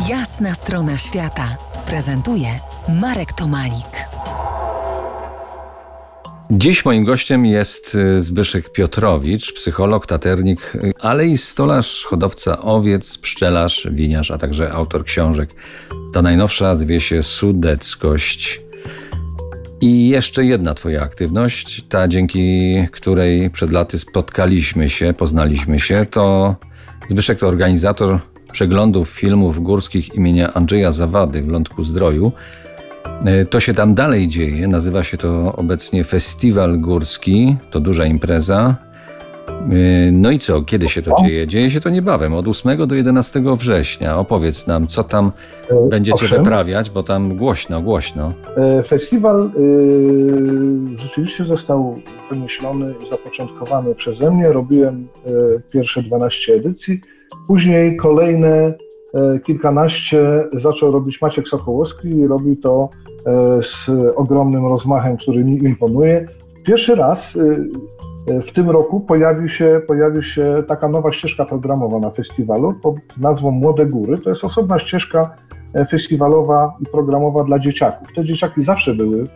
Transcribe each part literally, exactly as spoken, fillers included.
Jasna strona świata prezentuje Marek Tomalik. Dziś moim gościem jest Zbyszek Piotrowicz, psycholog, taternik, ale i stolarz, hodowca owiec, pszczelarz, winiarz, a także autor książek. Ta najnowsza zwie się Sudeckość. I jeszcze jedna twoja aktywność, ta dzięki której przed laty spotkaliśmy się, poznaliśmy się, to Zbyszek to organizator przeglądów filmów górskich imienia Andrzeja Zawady w Lądku-Zdroju. To się tam dalej dzieje, nazywa się to obecnie Festiwal Górski, to duża impreza. No i co, kiedy się to dzieje? Dzieje się to niebawem, od ósmego do jedenastego września. Opowiedz nam, co tam będziecie Owszem. wyprawiać, bo tam głośno, głośno. Festiwal y, rzeczywiście został wymyślony i zapoczątkowany przeze mnie. Robiłem y, pierwsze dwanaście edycji, później kolejne y, kilkanaście zaczął robić Maciek Sokołowski i robi to y, z ogromnym rozmachem, który mi imponuje. Pierwszy raz y, w tym roku pojawi się, pojawi się taka nowa ścieżka programowa na festiwalu pod nazwą Młode Góry. To jest osobna ścieżka festiwalowa i programowa dla dzieciaków. Te dzieciaki zawsze były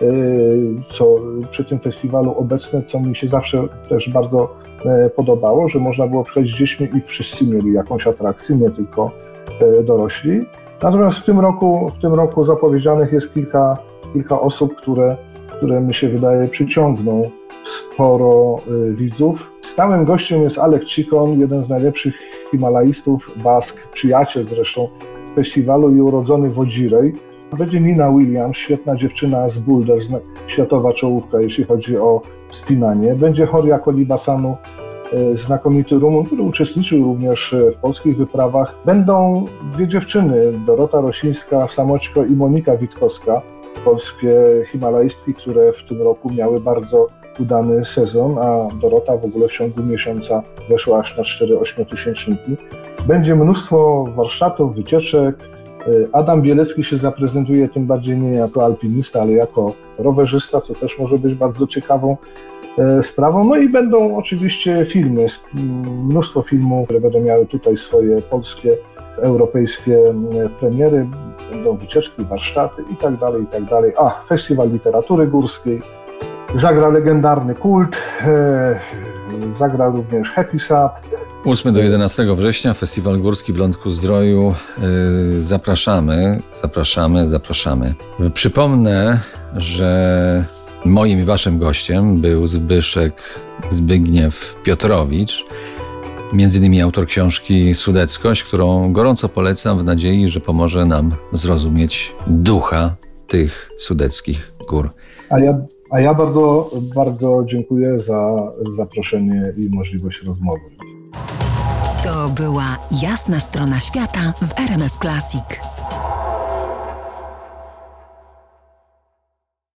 co przy tym festiwalu obecne, co mi się zawsze też bardzo podobało, że można było przyjść z dziećmi i wszyscy mieli jakąś atrakcję, nie tylko dorośli. Natomiast w tym roku, w tym roku zapowiedzianych jest kilka, kilka osób, które, które mi się wydaje przyciągną sporo y, widzów. Stałym gościem jest Alek Cikon, jeden z najlepszych himalaistów, Bask, przyjaciel zresztą festiwalu i urodzony w Odzirej. Będzie Nina Williams, świetna dziewczyna z Boulder, światowa czołówka, jeśli chodzi o wspinanie. Będzie Horia Kolibasanu, y, znakomity Rumun, który uczestniczył również w polskich wyprawach. Będą dwie dziewczyny, Dorota Rosińska, Samoćko i Monika Witkowska, polskie himalaistki, które w tym roku miały bardzo udany sezon, a Dorota w ogóle w ciągu miesiąca weszła aż na cztery ośmiotysięczniki. Będzie mnóstwo warsztatów, wycieczek. Adam Bielecki się zaprezentuje tym bardziej nie jako alpinista, ale jako rowerzysta, co też może być bardzo ciekawą sprawą. No i będą oczywiście filmy, mnóstwo filmów, które będą miały tutaj swoje polskie, europejskie premiery. Będą wycieczki, warsztaty i tak dalej, i tak dalej. A, Festiwal Literatury Górskiej. Zagra legendarny Kult, e, zagra również Happy Sad. ósmego do jedenastego września, Festiwal Górski w Lądku-Zdroju. E, zapraszamy, zapraszamy, zapraszamy. Przypomnę, że moim i waszym gościem był Zbyszek Zbigniew Piotrowicz, między innymi autor książki Sudeckość, którą gorąco polecam w nadziei, że pomoże nam zrozumieć ducha tych sudeckich gór. A ja A ja bardzo, bardzo dziękuję za zaproszenie i możliwość rozmowy. To była Jasna strona świata w R M F Classic.